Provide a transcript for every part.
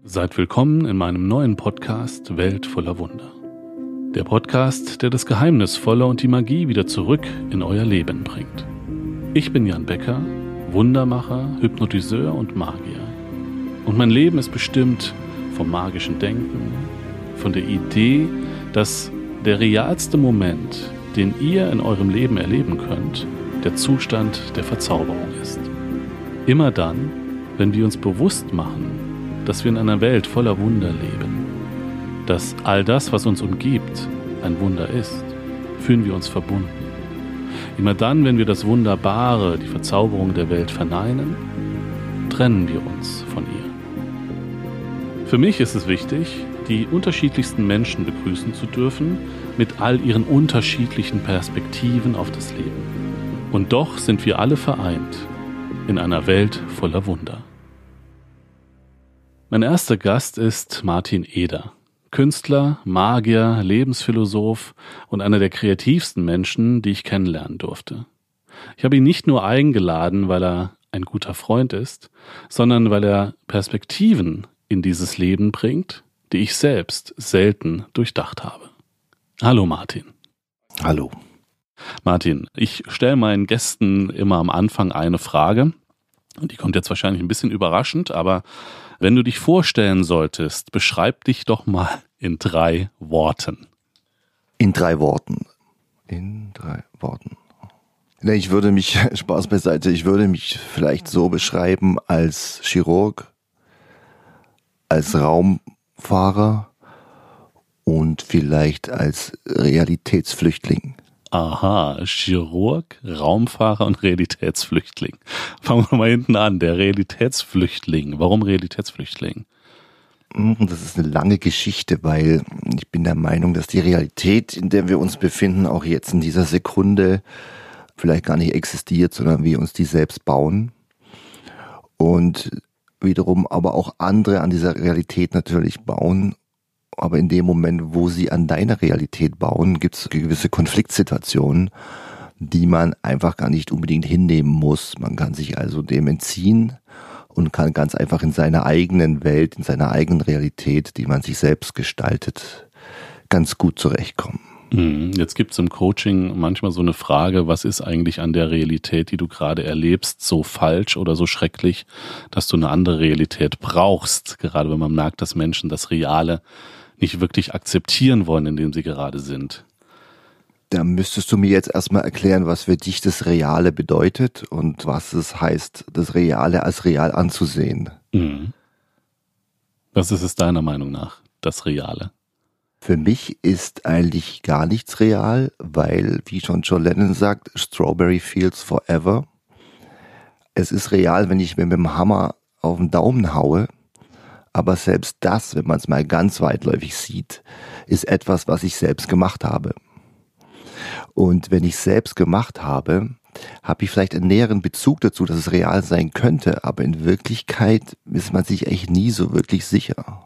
Seid willkommen in meinem neuen Podcast Welt voller Wunder. Der Podcast, der das Geheimnisvolle und die Magie wieder zurück in euer Leben bringt. Ich bin Jan Becker, Wundermacher, Hypnotiseur und Magier. Und mein Leben ist bestimmt vom magischen Denken, von der Idee, dass der realste Moment, den ihr in eurem Leben erleben könnt, der Zustand der Verzauberung ist. Immer dann, wenn wir uns bewusst machen, dass wir in einer Welt voller Wunder leben, dass all das, was uns umgibt, ein Wunder ist, fühlen wir uns verbunden. Immer dann, wenn wir das Wunderbare, die Verzauberung der Welt verneinen, trennen wir uns von ihr. Für mich ist es wichtig, die unterschiedlichsten Menschen begrüßen zu dürfen, mit all ihren unterschiedlichen Perspektiven auf das Leben. Und doch sind wir alle vereint in einer Welt voller Wunder. Mein erster Gast ist Martin Eder, Künstler, Magier, Lebensphilosoph und einer der kreativsten Menschen, die ich kennenlernen durfte. Ich habe ihn nicht nur eingeladen, weil er ein guter Freund ist, sondern weil er Perspektiven in dieses Leben bringt, die ich selbst selten durchdacht habe. Hallo Martin. Hallo. Martin, ich stelle meinen Gästen immer am Anfang eine Frage. Und die kommt jetzt wahrscheinlich ein bisschen überraschend, aber wenn du dich vorstellen solltest, beschreib dich doch mal in 3 Worten. In 3 Worten. Ich würde mich, Spaß beiseite, ich würde mich vielleicht so beschreiben als Chirurg, als Raumfahrer und vielleicht als Realitätsflüchtling. Aha, Chirurg, Raumfahrer und Realitätsflüchtling. Fangen wir mal hinten an, der Realitätsflüchtling. Warum Realitätsflüchtling? Das ist eine lange Geschichte, weil ich bin der Meinung, dass die Realität, in der wir uns befinden, auch jetzt in dieser Sekunde vielleicht gar nicht existiert, sondern wir uns die selbst bauen. Und wiederum aber auch andere an dieser Realität natürlich bauen. Aber in dem Moment, wo sie an deiner Realität bauen, gibt es gewisse Konfliktsituationen, die man einfach gar nicht unbedingt hinnehmen muss. Man kann sich also dem entziehen und kann ganz einfach in seiner eigenen Welt, in seiner eigenen Realität, die man sich selbst gestaltet, ganz gut zurechtkommen. Jetzt gibt es im Coaching manchmal so eine Frage, was ist eigentlich an der Realität, die du gerade erlebst, so falsch oder so schrecklich, dass du eine andere Realität brauchst, gerade wenn man merkt, dass Menschen das Reale nicht wirklich akzeptieren wollen, in dem sie gerade sind. Da müsstest du mir jetzt erstmal erklären, was für dich das Reale bedeutet und was es heißt, das Reale als real anzusehen. Was ist es deiner Meinung nach, das Reale? Für mich ist eigentlich gar nichts real, weil, wie schon John Lennon sagt, Strawberry Fields Forever. Es ist real, wenn ich mir mit dem Hammer auf den Daumen haue. Aber selbst das, wenn man es mal ganz weitläufig sieht, ist etwas, was ich selbst gemacht habe. Und wenn ich es selbst gemacht habe, habe ich vielleicht einen näheren Bezug dazu, dass es real sein könnte, aber in Wirklichkeit ist man sich echt nie so wirklich sicher.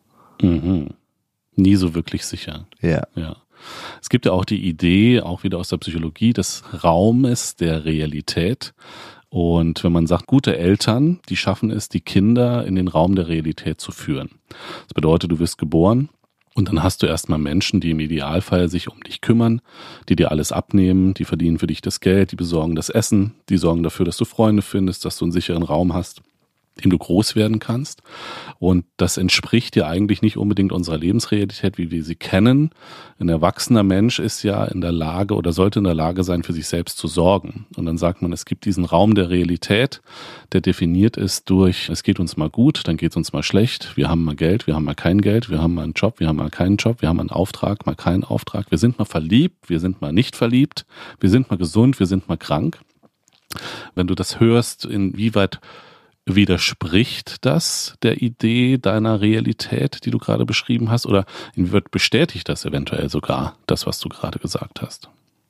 Nie so wirklich sicher. Ja. Es gibt ja auch die Idee, auch wieder aus der Psychologie, des Raumes der Realität. Und wenn man sagt, gute Eltern, die schaffen es, die Kinder in den Raum der Realität zu führen. Das bedeutet, du wirst geboren und dann hast du erstmal Menschen, die im Idealfall sich um dich kümmern, die dir alles abnehmen, die verdienen für dich das Geld, die besorgen das Essen, die sorgen dafür, dass du Freunde findest, dass du einen sicheren Raum hast, in dem du groß werden kannst. Und das entspricht ja eigentlich nicht unbedingt unserer Lebensrealität, wie wir sie kennen. Ein erwachsener Mensch ist ja in der Lage oder sollte in der Lage sein, für sich selbst zu sorgen. Und dann sagt man, es gibt diesen Raum der Realität, der definiert ist durch, es geht uns mal gut, dann geht es uns mal schlecht, wir haben mal Geld, wir haben mal kein Geld, wir haben mal einen Job, wir haben mal keinen Job, wir haben einen Auftrag, mal keinen Auftrag, wir sind mal verliebt, wir sind mal nicht verliebt, wir sind mal gesund, wir sind mal krank. Wenn du das hörst, inwieweit widerspricht das der Idee deiner Realität, die du gerade beschrieben hast, oder inwieweit bestätigt das eventuell sogar das, was du gerade gesagt hast?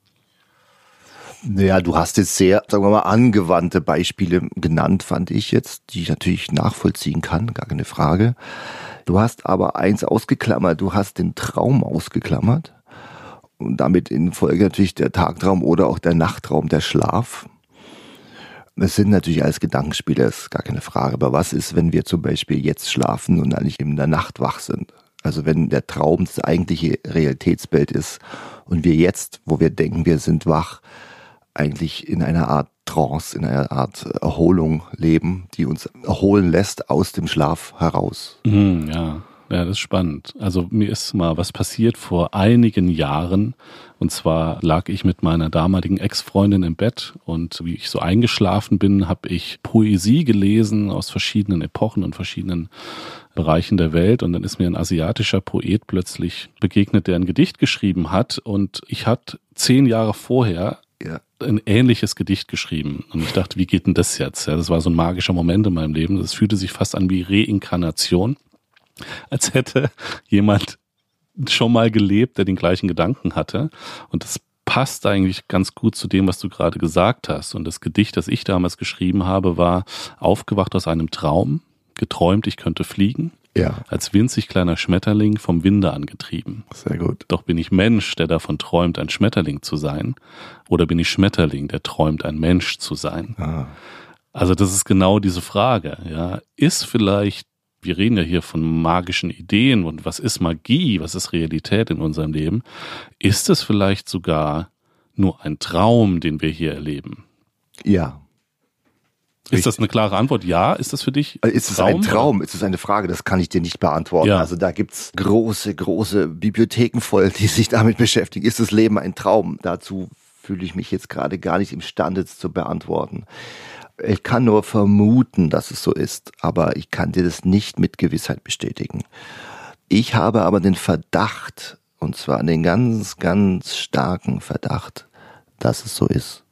Naja, du hast jetzt sehr, sagen wir mal, angewandte Beispiele genannt, fand ich jetzt, die ich natürlich nachvollziehen kann, gar keine Frage. Du hast aber eins ausgeklammert, du hast den Traum ausgeklammert und damit in Folge natürlich der Tagtraum oder auch der Nachtraum, der Schlaf. Es sind natürlich alles Gedankenspiele, ist gar keine Frage. Aber was ist, wenn wir zum Beispiel jetzt schlafen und eigentlich in der Nacht wach sind? Also wenn der Traum das eigentliche Realitätsbild ist und wir jetzt, wo wir denken, wir sind wach, eigentlich in einer Art Trance, in einer Art Erholung leben, die uns erholen lässt aus dem Schlaf heraus. Ja. Ja, das ist spannend. Also mir ist mal was passiert vor einigen Jahren. Und zwar lag ich mit meiner damaligen Ex-Freundin im Bett und wie ich so eingeschlafen bin, habe ich Poesie gelesen aus verschiedenen Epochen und verschiedenen Bereichen der Welt. Und dann ist mir ein asiatischer Poet plötzlich begegnet, der ein Gedicht geschrieben hat. Und ich hatte 10 Jahre vorher ein ähnliches Gedicht geschrieben. Und ich dachte, wie geht denn das jetzt? Ja, das war so ein magischer Moment in meinem Leben. Das fühlte sich fast an wie Reinkarnation. Als hätte jemand schon mal gelebt, der den gleichen Gedanken hatte. Und das passt eigentlich ganz gut zu dem, was du gerade gesagt hast. Und das Gedicht, das ich damals geschrieben habe, war aufgewacht aus einem Traum, geträumt, ich könnte fliegen, als winzig kleiner Schmetterling vom Winde angetrieben. Sehr gut. Doch bin ich Mensch, der davon träumt, ein Schmetterling zu sein? Oder bin ich Schmetterling, der träumt, ein Mensch zu sein? Ah. Also das ist genau diese Frage. Ja, ist vielleicht, wir reden ja hier von magischen Ideen und was ist Magie, was ist Realität in unserem Leben? Ist es vielleicht sogar nur ein Traum, den wir hier erleben? Ja. Ist das eine klare Antwort? Ja, ist das für dich Ist es ein Traum? Ist es eine Frage? Das kann ich dir nicht beantworten. Ja. Also da gibt's große Bibliotheken voll, die sich damit beschäftigen. Ist das Leben ein Traum? Dazu fühle ich mich jetzt gerade gar nicht imstande zu beantworten. Ich kann nur vermuten, dass es so ist, aber ich kann dir das nicht mit Gewissheit bestätigen. Ich habe aber den Verdacht, und zwar den ganz starken Verdacht, dass es so ist.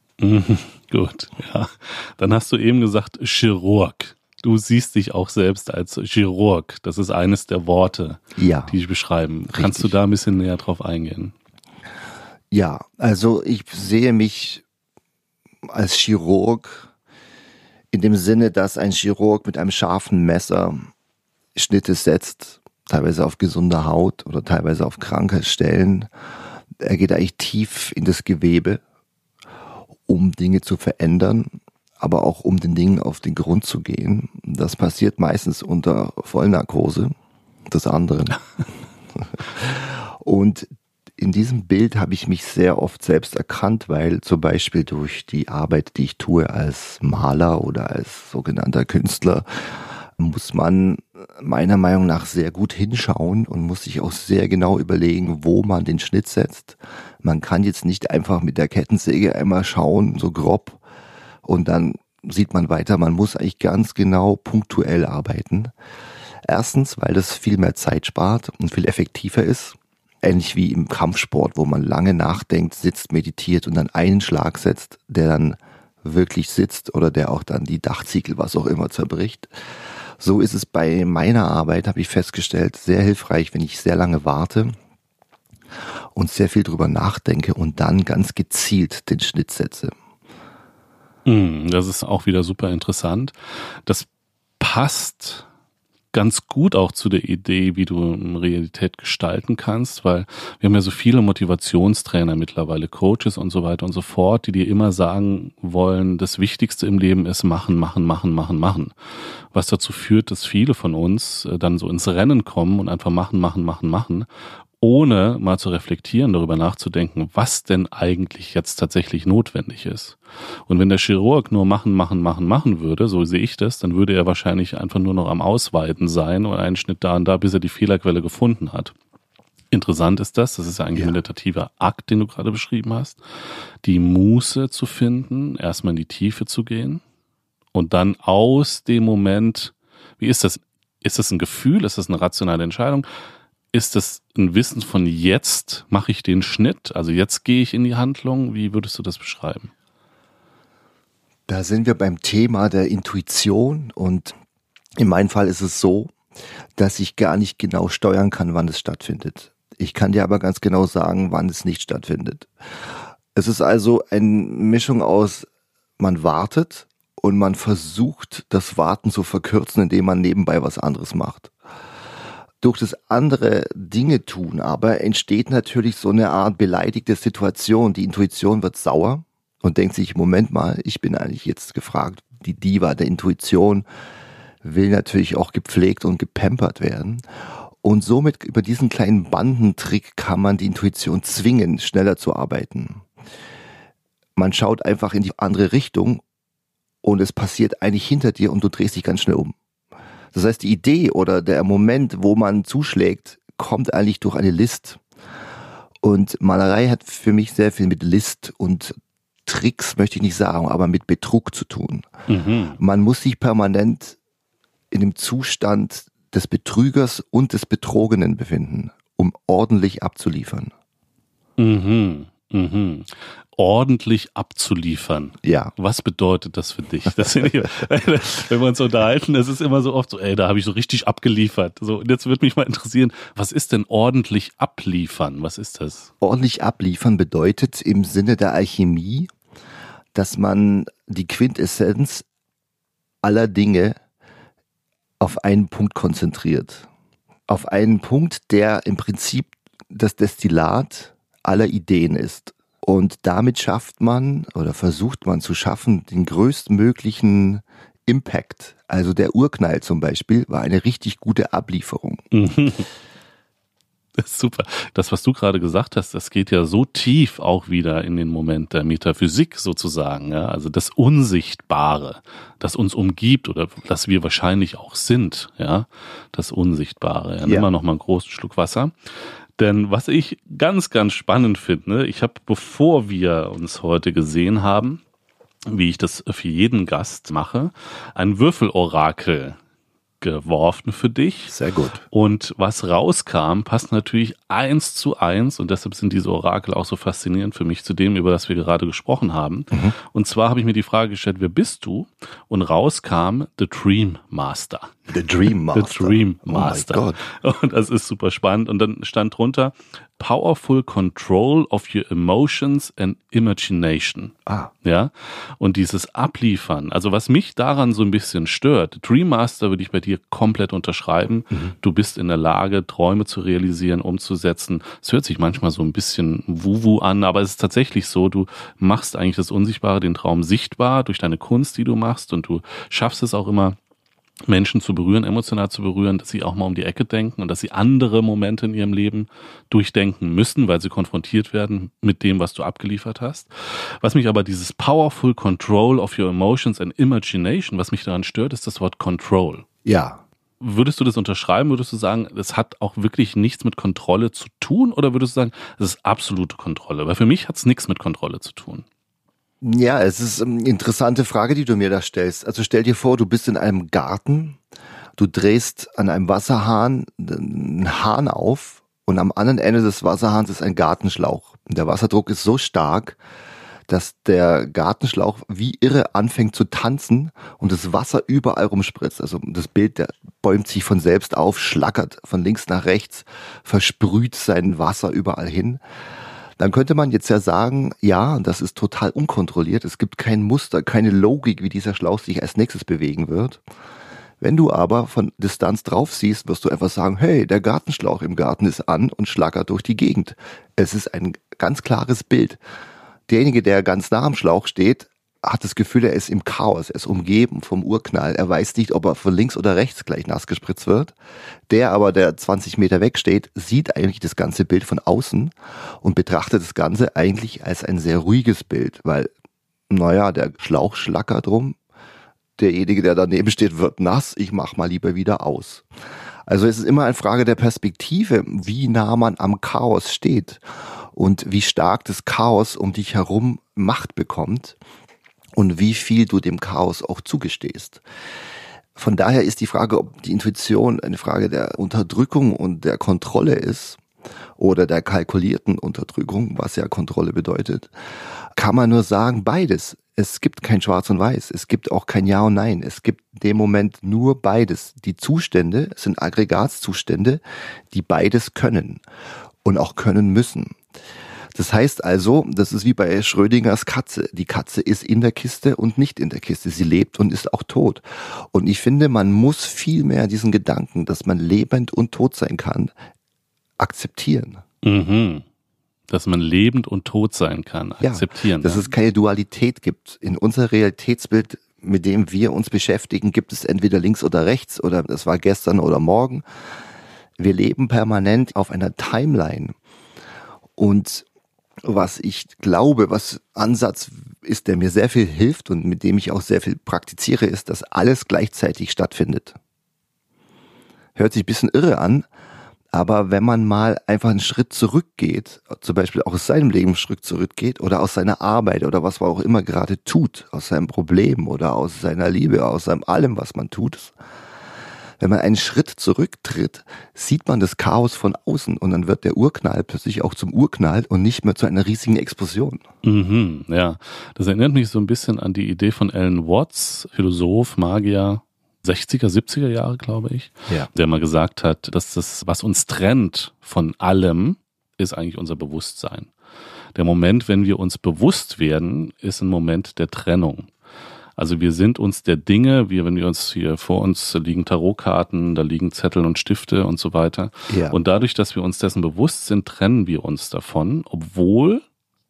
Gut, ja. Dann hast du eben gesagt Chirurg. Du siehst dich auch selbst als Chirurg. Das ist eines der Worte, die dich beschreiben. Richtig. Kannst du da ein bisschen näher drauf eingehen? Ja, also ich sehe mich als Chirurg in dem Sinne, dass ein Chirurg mit einem scharfen Messer Schnitte setzt, teilweise auf gesunde Haut oder teilweise auf kranke Stellen. Er geht eigentlich tief in das Gewebe, um Dinge zu verändern, aber auch um den Dingen auf den Grund zu gehen. Das passiert meistens unter Vollnarkose des anderen. Und in diesem Bild habe ich mich sehr oft selbst erkannt, weil zum Beispiel durch die Arbeit, die ich tue als Maler oder als sogenannter Künstler, muss man meiner Meinung nach sehr gut hinschauen und muss sich auch sehr genau überlegen, wo man den Schnitt setzt. Man kann jetzt nicht einfach mit der Kettensäge einmal schauen, so grob, und dann sieht man weiter. Man muss eigentlich ganz genau punktuell arbeiten. Erstens, weil das viel mehr Zeit spart und viel effektiver ist. Ähnlich wie im Kampfsport, wo man lange nachdenkt, sitzt, meditiert und dann einen Schlag setzt, der dann wirklich sitzt oder der auch dann die Dachziegel, was auch immer, zerbricht. So ist es bei meiner Arbeit, habe ich festgestellt, sehr hilfreich, wenn ich sehr lange warte und sehr viel drüber nachdenke und dann ganz gezielt den Schnitt setze. Das ist auch wieder super interessant. Das passt ganz gut auch zu der Idee, wie du Realität gestalten kannst, weil wir haben ja so viele Motivationstrainer mittlerweile, Coaches und so weiter und so fort, die dir immer sagen wollen, das Wichtigste im Leben ist machen, machen, machen, machen, machen. Was dazu führt, dass viele von uns dann so ins Rennen kommen und einfach machen, machen, machen, machen, ohne mal zu reflektieren, darüber nachzudenken, was denn eigentlich jetzt tatsächlich notwendig ist. Und wenn der Chirurg nur machen, machen, machen, machen würde, so sehe ich das, dann würde er wahrscheinlich einfach nur noch am Ausweiten sein und einen Schnitt da und da, bis er die Fehlerquelle gefunden hat. Interessant ist das ist ja eigentlich ein meditativer Akt, den du gerade beschrieben hast, die Muße zu finden, erstmal in die Tiefe zu gehen und dann aus dem Moment, wie ist das? Ist das ein Gefühl? Ist das eine rationale Entscheidung? Ist das ein Wissen von jetzt mache ich den Schnitt, also jetzt gehe ich in die Handlung? Wie würdest du das beschreiben? Da sind wir beim Thema der Intuition und in meinem Fall ist es so, dass ich gar nicht genau steuern kann, wann es stattfindet. Ich kann dir aber ganz genau sagen, wann es nicht stattfindet. Es ist also eine Mischung aus, man wartet und man versucht, das Warten zu verkürzen, indem man nebenbei was anderes macht. Durch das andere Dinge tun aber entsteht natürlich so eine Art beleidigte Situation. Die Intuition wird sauer und denkt sich, Moment mal, ich bin eigentlich jetzt gefragt. Die Diva der Intuition will natürlich auch gepflegt und gepampert werden. Und somit über diesen kleinen Bandentrick kann man die Intuition zwingen, schneller zu arbeiten. Man schaut einfach in die andere Richtung und es passiert eigentlich hinter dir und du drehst dich ganz schnell um. Das heißt, die Idee oder der Moment, wo man zuschlägt, kommt eigentlich durch eine List. Und Malerei hat für mich sehr viel mit List und Tricks, möchte ich nicht sagen, aber mit Betrug zu tun. Mhm. Man muss sich permanent in dem Zustand des Betrügers und des Betrogenen befinden, um ordentlich abzuliefern. Mhm. Mhm. Ordentlich abzuliefern. Ja. Was bedeutet das für dich? Das wenn wir uns unterhalten, das ist immer so oft so, da habe ich so richtig abgeliefert. So, und jetzt würde mich mal interessieren, was ist denn ordentlich abliefern? Was ist das? Ordentlich abliefern bedeutet im Sinne der Alchemie, dass man die Quintessenz aller Dinge auf einen Punkt konzentriert. Auf einen Punkt, der im Prinzip das Destillat aller Ideen ist. Und damit schafft man oder versucht man zu schaffen, den größtmöglichen Impact. Also der Urknall zum Beispiel war eine richtig gute Ablieferung. Das ist super. Das, was du gerade gesagt hast, das geht ja so tief auch wieder in den Moment der Metaphysik sozusagen. Ja? Also das Unsichtbare, das uns umgibt oder das wir wahrscheinlich auch sind. Ja, das Unsichtbare. Ja? Nimm mal noch mal einen großen Schluck Wasser. Denn was ich ganz, ganz spannend finde, ich habe, bevor wir uns heute gesehen haben, wie ich das für jeden Gast mache, ein Würfelorakel geworfen für dich. Sehr gut. Und was rauskam, passt natürlich 1:1 und deshalb sind diese Orakel auch so faszinierend für mich zu dem, über das wir gerade gesprochen haben. Mhm. Und zwar habe ich mir die Frage gestellt, wer bist du? Und rauskam The Dream Master. The Dream Master. The Dream Master. Oh mein Gott. Und das ist super spannend. Und dann stand drunter, Powerful Control of Your Emotions and Imagination. Ja. Und dieses Abliefern. Also was mich daran so ein bisschen stört, Dream Master würde ich bei dir komplett unterschreiben. Mhm. Du bist in der Lage, Träume zu realisieren, umzusetzen. Es hört sich manchmal so ein bisschen Wuhu an, aber es ist tatsächlich so, du machst eigentlich das Unsichtbare, den Traum sichtbar durch deine Kunst, die du machst, und du schaffst es auch immer, Menschen zu berühren, emotional zu berühren, dass sie auch mal um die Ecke denken und dass sie andere Momente in ihrem Leben durchdenken müssen, weil sie konfrontiert werden mit dem, was du abgeliefert hast. Was mich aber dieses Powerful Control of Your Emotions and Imagination, was mich daran stört, ist das Wort Control. Ja. Würdest du das unterschreiben? Würdest du sagen, es hat auch wirklich nichts mit Kontrolle zu tun? Oder würdest du sagen, es ist absolute Kontrolle? Weil für mich hat es nichts mit Kontrolle zu tun. Ja, es ist eine interessante Frage, die du mir da stellst. Also stell dir vor, du bist in einem Garten, du drehst an einem Wasserhahn einen Hahn auf und am anderen Ende des Wasserhahns ist ein Gartenschlauch. Der Wasserdruck ist so stark, dass der Gartenschlauch wie irre anfängt zu tanzen und das Wasser überall rumspritzt. Also das Bild, der bäumt sich von selbst auf, schlackert von links nach rechts, versprüht sein Wasser überall hin. Dann könnte man jetzt ja sagen, ja, das ist total unkontrolliert. Es gibt kein Muster, keine Logik, wie dieser Schlauch sich als nächstes bewegen wird. Wenn du aber von Distanz drauf siehst, wirst du einfach sagen, hey, der Gartenschlauch im Garten ist an und schlackert durch die Gegend. Es ist ein ganz klares Bild. Derjenige, der ganz nah am Schlauch steht, hat das Gefühl, er ist im Chaos, er ist umgeben vom Urknall. Er weiß nicht, ob er von links oder rechts gleich nass gespritzt wird. Der aber, der 20 Meter weg steht, sieht eigentlich das ganze Bild von außen und betrachtet das Ganze eigentlich als ein sehr ruhiges Bild, weil, naja, der Schlauch schlackert rum, derjenige, der daneben steht, wird nass, ich mach mal lieber wieder aus. Also es ist immer eine Frage der Perspektive, wie nah man am Chaos steht und wie stark das Chaos um dich herum Macht bekommt. Und wie viel du dem Chaos auch zugestehst. Von daher ist die Frage, ob die Intuition eine Frage der Unterdrückung und der Kontrolle ist oder der kalkulierten Unterdrückung, was ja Kontrolle bedeutet, kann man nur sagen, beides. Es gibt kein Schwarz und Weiß, es gibt auch kein Ja und Nein, es gibt in dem Moment nur beides. Die Zustände sind Aggregatzustände, die beides können und auch können müssen. Das heißt also, das ist wie bei Schrödingers Katze. Die Katze ist in der Kiste und nicht in der Kiste. Sie lebt und ist auch tot. Und ich finde, man muss viel mehr diesen Gedanken, dass man lebend und tot sein kann, akzeptieren. Mhm. dass man lebend und tot sein kann, akzeptieren. Dass es keine Dualität gibt. In unser Realitätsbild, mit dem wir uns beschäftigen, gibt es entweder links oder rechts oder das war gestern oder morgen. Wir leben permanent auf einer Timeline. Und was ich glaube, was Ansatz ist, der mir sehr viel hilft und mit dem ich auch sehr viel praktiziere, ist, dass alles gleichzeitig stattfindet. Hört sich ein bisschen irre an, aber wenn man mal einfach einen Schritt zurückgeht, zum Beispiel auch aus seinem Leben einen Schritt zurückgeht oder aus seiner Arbeit oder was man auch immer gerade tut, aus seinem Problem oder aus seiner Liebe, aus seinem allem, was man tut, wenn man einen Schritt zurücktritt, sieht man das Chaos von außen und dann wird der Urknall plötzlich auch zum Urknall und nicht mehr zu einer riesigen Explosion. Mhm, ja, das erinnert mich so ein bisschen an die Idee von Alan Watts, Philosoph, Magier, 60er, 70er Jahre, glaube ich, der mal gesagt hat, dass das, was uns trennt von allem, ist eigentlich unser Bewusstsein. Der Moment, wenn wir uns bewusst werden, ist ein Moment der Trennung. Also wir sind uns der Dinge, wenn wir uns hier vor uns liegen Tarotkarten, da liegen Zettel und Stifte und so weiter. Ja. Und dadurch, dass wir uns dessen bewusst sind, trennen wir uns davon, obwohl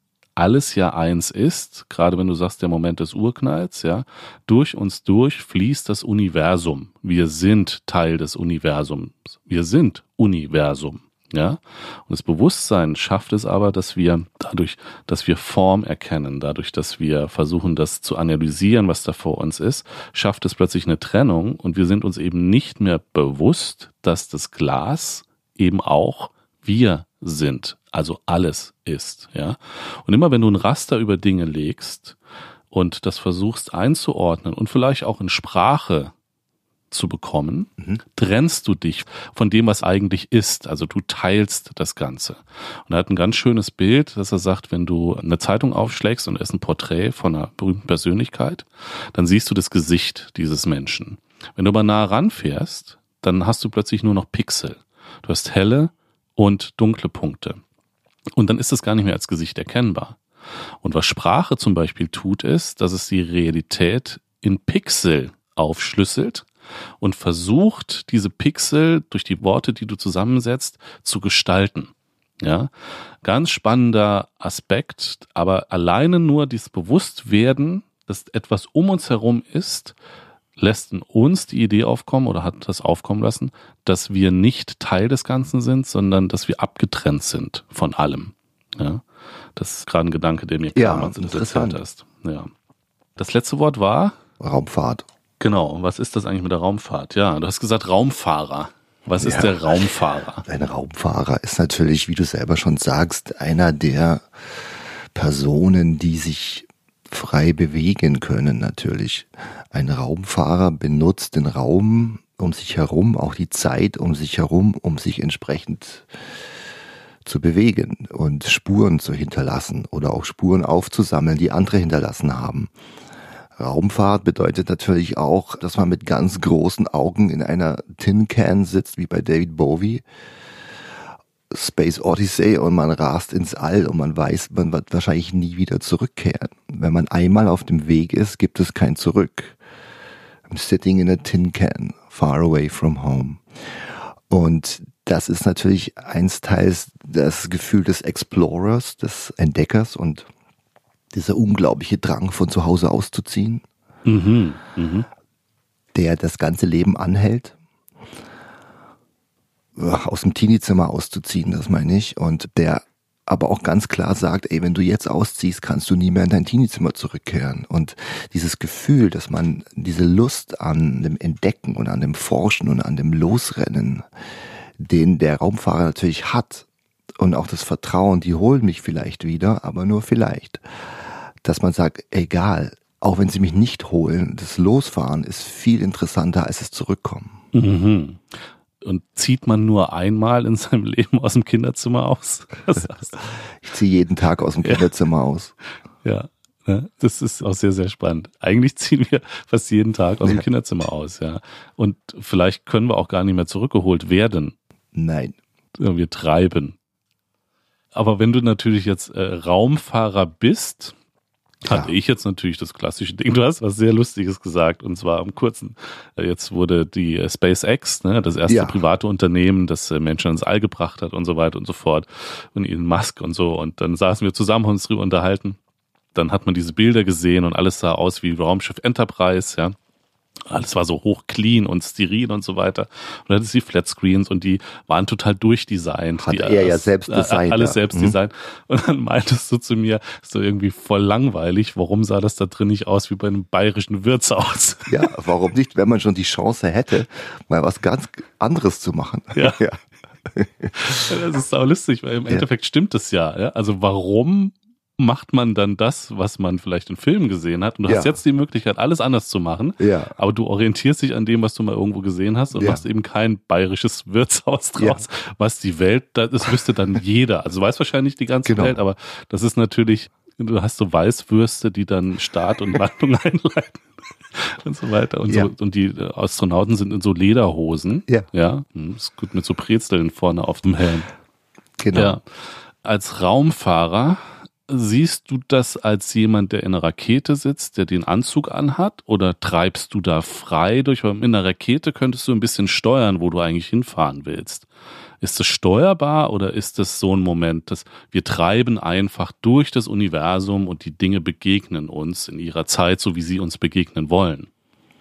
alles ja eins ist, gerade wenn du sagst, der Moment des Urknalls, ja, durch uns durch fließt das Universum. Wir sind Teil des Universums. Wir sind Universum. Ja, und das Bewusstsein schafft es aber, dass wir dadurch, dass wir Form erkennen, dadurch, dass wir versuchen, das zu analysieren, was da vor uns ist, schafft es plötzlich eine Trennung und wir sind uns eben nicht mehr bewusst, dass das Glas eben auch wir sind, also alles ist, ja. Und immer wenn du ein Raster über Dinge legst und das versuchst einzuordnen und vielleicht auch in Sprache zu bekommen, trennst du dich von dem, was eigentlich ist. Also du teilst das Ganze. Und er hat ein ganz schönes Bild, dass er sagt, wenn du eine Zeitung aufschlägst und es ist ein Porträt von einer berühmten Persönlichkeit, dann siehst du das Gesicht dieses Menschen. Wenn du aber nah ranfährst, dann hast du plötzlich nur noch Pixel. Du hast helle und dunkle Punkte. Und dann ist es gar nicht mehr als Gesicht erkennbar. Und was Sprache zum Beispiel tut, ist, dass es die Realität in Pixel aufschlüsselt und versucht, diese Pixel durch die Worte, die du zusammensetzt, zu gestalten. Ja, ganz spannender Aspekt, aber alleine nur dieses Bewusstwerden, dass etwas um uns herum ist, lässt in uns die Idee aufkommen oder hat das aufkommen lassen, dass wir nicht Teil des Ganzen sind, sondern dass wir abgetrennt sind von allem. Ja, das ist gerade ein Gedanke, der mir kam, als du das erzählt hast. Ja. Das letzte Wort war? Raumfahrt. Genau, was ist das eigentlich mit der Raumfahrt? Ja, du hast gesagt Raumfahrer. Was ist der Raumfahrer? Ein Raumfahrer ist natürlich, wie du selber schon sagst, einer der Personen, die sich frei bewegen können natürlich. Ein Raumfahrer benutzt den Raum um sich herum, auch die Zeit um sich herum, um sich entsprechend zu bewegen und Spuren zu hinterlassen oder auch Spuren aufzusammeln, die andere hinterlassen haben. Raumfahrt bedeutet natürlich auch, dass man mit ganz großen Augen in einer Tin Can sitzt, wie bei David Bowie. Space Odyssey und man rast ins All und man weiß, man wird wahrscheinlich nie wieder zurückkehren. Wenn man einmal auf dem Weg ist, gibt es kein Zurück. I'm sitting in a tin can, far away from home. Und das ist natürlich einsteils das Gefühl des Explorers, des Entdeckers und dieser unglaubliche Drang, von zu Hause auszuziehen, der das ganze Leben anhält, aus dem Teenie-Zimmer auszuziehen, das meine ich, und der aber auch ganz klar sagt, ey, wenn du jetzt ausziehst, kannst du nie mehr in dein Teenie-Zimmer zurückkehren. Und dieses Gefühl, dass man diese Lust an dem Entdecken und an dem Forschen und an dem Losrennen, den der Raumfahrer natürlich hat, und auch das Vertrauen, die holen mich vielleicht wieder, aber nur vielleicht, dass man sagt, egal, auch wenn sie mich nicht holen, das Losfahren ist viel interessanter als das Zurückkommen. Mhm. Und zieht man nur einmal in seinem Leben aus dem Kinderzimmer aus? Ich ziehe jeden Tag aus dem Kinderzimmer aus. Ja, das ist auch sehr, sehr spannend. Eigentlich ziehen wir fast jeden Tag aus dem Kinderzimmer aus, ja. Und vielleicht können wir auch gar nicht mehr zurückgeholt werden. Nein. Wir treiben. Aber wenn du natürlich jetzt Raumfahrer bist, Hatte ich jetzt natürlich das klassische Ding. Du hast was sehr Lustiges gesagt, und zwar am kurzen. Jetzt wurde die SpaceX, ne, das erste private Unternehmen, das Menschen ins All gebracht hat und so weiter und so fort. Und Elon Musk und so. Und dann saßen wir zusammen und uns drüber unterhalten. Dann hat man diese Bilder gesehen und alles sah aus wie Raumschiff Enterprise, ja. Alles war so hoch clean und steril und so weiter. Und dann hattest du die Flatscreens und die waren total durchdesignt. Hat er ja selbst designt. Alles selbst designt. Und dann meintest du zu mir, so irgendwie voll langweilig, warum sah das da drin nicht aus wie bei einem bayerischen Wirtshaus? Ja, warum nicht, wenn man schon die Chance hätte, mal was ganz anderes zu machen. Ja. Das ist auch lustig, weil im Endeffekt stimmt es ja. Also warum macht man dann das, was man vielleicht in Filmen gesehen hat? Und du hast jetzt die Möglichkeit, alles anders zu machen, aber du orientierst dich an dem, was du mal irgendwo gesehen hast und machst eben kein bayerisches Wirtshaus draus, was die Welt, das wüsste dann jeder. Also weiß wahrscheinlich die ganze Welt, aber das ist natürlich, du hast so Weißwürste, die dann Start und Landung einleiten und so weiter. Und, so, und die Astronauten sind in so Lederhosen. Ja, ist gut mit so Brezeln vorne auf dem Helm. Genau. Ja. Als Raumfahrer siehst du das als jemand, der in einer Rakete sitzt, der den Anzug anhat, oder treibst du da frei durch? Weil in einer Rakete könntest du ein bisschen steuern, wo du eigentlich hinfahren willst. Ist das steuerbar oder ist das so ein Moment, dass wir treiben einfach durch das Universum und die Dinge begegnen uns in ihrer Zeit, so wie sie uns begegnen wollen?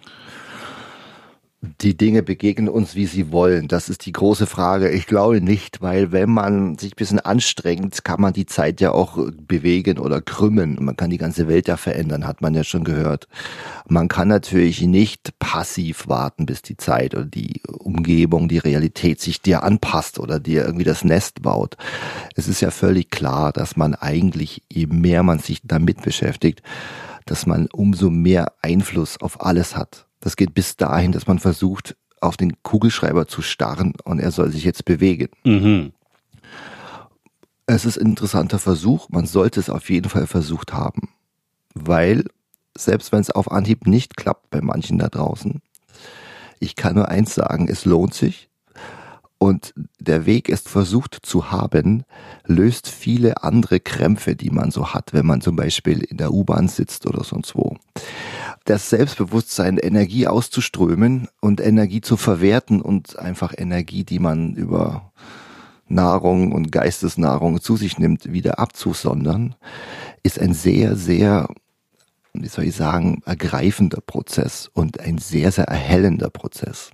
Die Dinge begegnen uns, wie sie wollen. Das ist die große Frage. Ich glaube nicht, weil wenn man sich ein bisschen anstrengt, kann man die Zeit ja auch bewegen oder krümmen. Man kann die ganze Welt ja verändern, hat man ja schon gehört. Man kann natürlich nicht passiv warten, bis die Zeit oder die Umgebung, die Realität sich dir anpasst oder dir irgendwie das Nest baut. Es ist ja völlig klar, dass man eigentlich, je mehr man sich damit beschäftigt, dass man umso mehr Einfluss auf alles hat. Das geht bis dahin, dass man versucht, auf den Kugelschreiber zu starren und er soll sich jetzt bewegen. Mhm. Es ist ein interessanter Versuch. Man sollte es auf jeden Fall versucht haben. Weil, selbst wenn es auf Anhieb nicht klappt bei manchen da draußen, ich kann nur eins sagen, es lohnt sich. Und der Weg, es versucht zu haben, löst viele andere Krämpfe, die man so hat, wenn man zum Beispiel in der U-Bahn sitzt oder sonst wo. Das Selbstbewusstsein, Energie auszuströmen und Energie zu verwerten und einfach Energie, die man über Nahrung und Geistesnahrung zu sich nimmt, wieder abzusondern, ist ein sehr, sehr, wie soll ich sagen, ergreifender Prozess und ein sehr, sehr erhellender Prozess,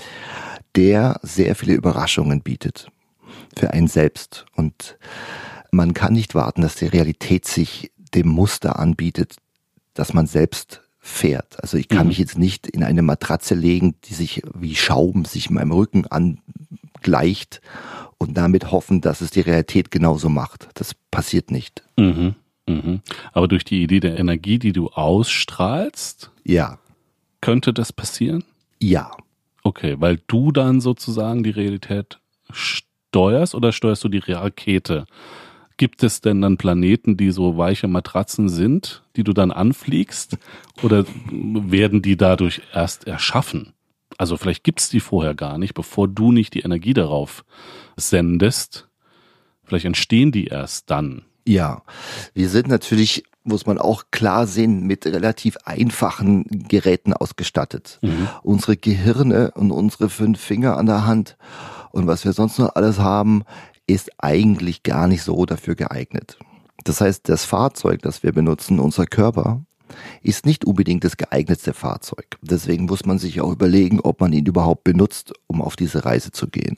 der sehr viele Überraschungen bietet für einen selbst. Und man kann nicht warten, dass die Realität sich dem Muster anbietet, dass man selbst fährt. Also ich kann mich jetzt nicht in eine Matratze legen, die sich wie Schaum sich in meinem Rücken angleicht und damit hoffen, dass es die Realität genauso macht. Das passiert nicht. Mhm. Mhm. Aber durch die Idee der Energie, die du ausstrahlst, könnte das passieren? Ja. Okay, weil du dann sozusagen die Realität steuerst, oder steuerst du die Rakete? Gibt es denn dann Planeten, die so weiche Matratzen sind, die du dann anfliegst? Oder werden die dadurch erst erschaffen? Also vielleicht gibt es die vorher gar nicht, bevor du nicht die Energie darauf sendest. Vielleicht entstehen die erst dann. Ja, wir sind natürlich, muss man auch klar sehen, mit relativ einfachen Geräten ausgestattet. Unsere Gehirne und unsere 5 Finger an der Hand und was wir sonst noch alles haben, ist eigentlich gar nicht so dafür geeignet. Das heißt, das Fahrzeug, das wir benutzen, unser Körper, ist nicht unbedingt das geeignetste Fahrzeug. Deswegen muss man sich auch überlegen, ob man ihn überhaupt benutzt, um auf diese Reise zu gehen.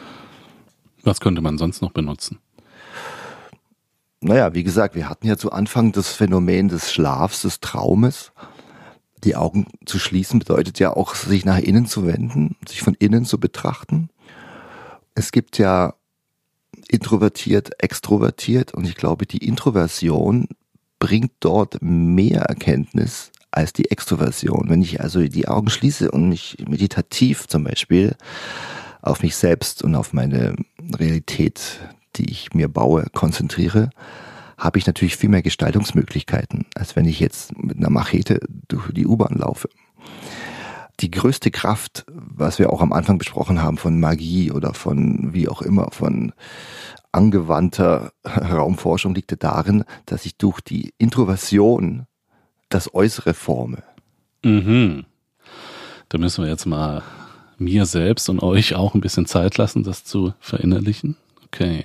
Was könnte man sonst noch benutzen? Naja, wie gesagt, wir hatten ja zu Anfang das Phänomen des Schlafs, des Traumes. Die Augen zu schließen bedeutet ja auch, sich nach innen zu wenden, sich von innen zu betrachten. Es gibt ja introvertiert, extrovertiert, und ich glaube, die Introversion bringt dort mehr Erkenntnis als die Extroversion. Wenn ich also die Augen schließe und mich meditativ zum Beispiel auf mich selbst und auf meine Realität, die ich mir baue, konzentriere, habe ich natürlich viel mehr Gestaltungsmöglichkeiten, als wenn ich jetzt mit einer Machete durch die U-Bahn laufe. Die größte Kraft, was wir auch am Anfang besprochen haben, von Magie oder von wie auch immer, von angewandter Raumforschung liegt ja darin, dass ich durch die Introversion das Äußere forme. Mhm. Da müssen wir jetzt mal mir selbst und euch auch ein bisschen Zeit lassen, das zu verinnerlichen. Okay.